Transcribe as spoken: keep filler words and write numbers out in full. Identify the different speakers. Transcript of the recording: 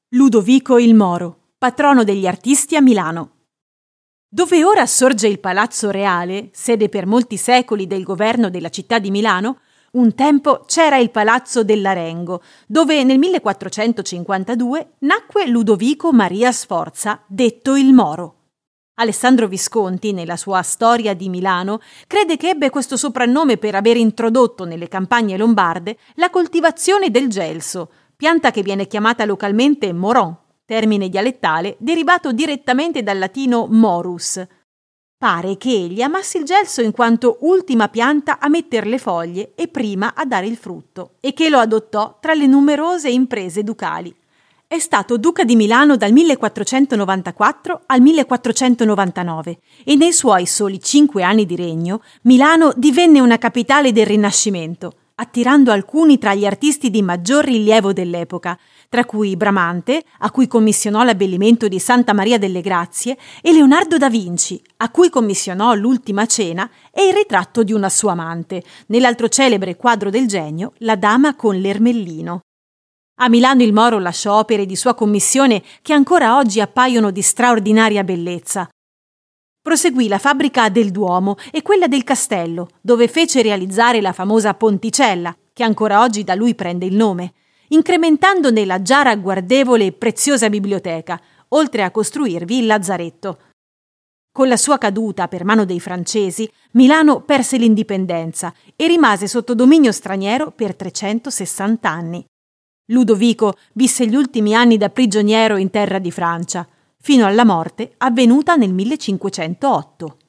Speaker 1: Ludovico il Moro, patrono degli artisti a Milano. Dove ora sorge il Palazzo Reale, sede per molti secoli del governo della città di Milano, un tempo c'era il Palazzo dell'Arengo, dove nel millequattrocentocinquantadue nacque Ludovico Maria Sforza, detto il Moro. Alessandro Visconti, nella sua Storia di Milano, crede che ebbe questo soprannome per aver introdotto nelle campagne lombarde la coltivazione del gelso, pianta che viene chiamata localmente moron, termine dialettale derivato direttamente dal latino morus. Pare che egli amasse il gelso in quanto ultima pianta a metter le foglie e prima a dare il frutto, e che lo adottò tra le numerose imprese ducali. È stato duca di Milano dal millequattrocentonovantaquattro al millequattrocentonovantanove e nei suoi soli cinque anni di regno Milano divenne una capitale del Rinascimento, attirando alcuni tra gli artisti di maggior rilievo dell'epoca, tra cui Bramante, a cui commissionò l'abbellimento di Santa Maria delle Grazie, e Leonardo da Vinci, a cui commissionò l'Ultima Cena e il ritratto di una sua amante, nell'altro celebre quadro del genio, La Dama con l'Ermellino. A Milano il Moro lasciò opere di sua commissione che ancora oggi appaiono di straordinaria bellezza. Proseguì la fabbrica del Duomo e quella del Castello, dove fece realizzare la famosa Ponticella, che ancora oggi da lui prende il nome, incrementandone la già ragguardevole e preziosa biblioteca, oltre a costruirvi il lazzaretto. Con la sua caduta per mano dei francesi, Milano perse l'indipendenza e rimase sotto dominio straniero per trecentosessanta anni. Ludovico visse gli ultimi anni da prigioniero in terra di Francia, fino alla morte avvenuta nel millecinquecentootto.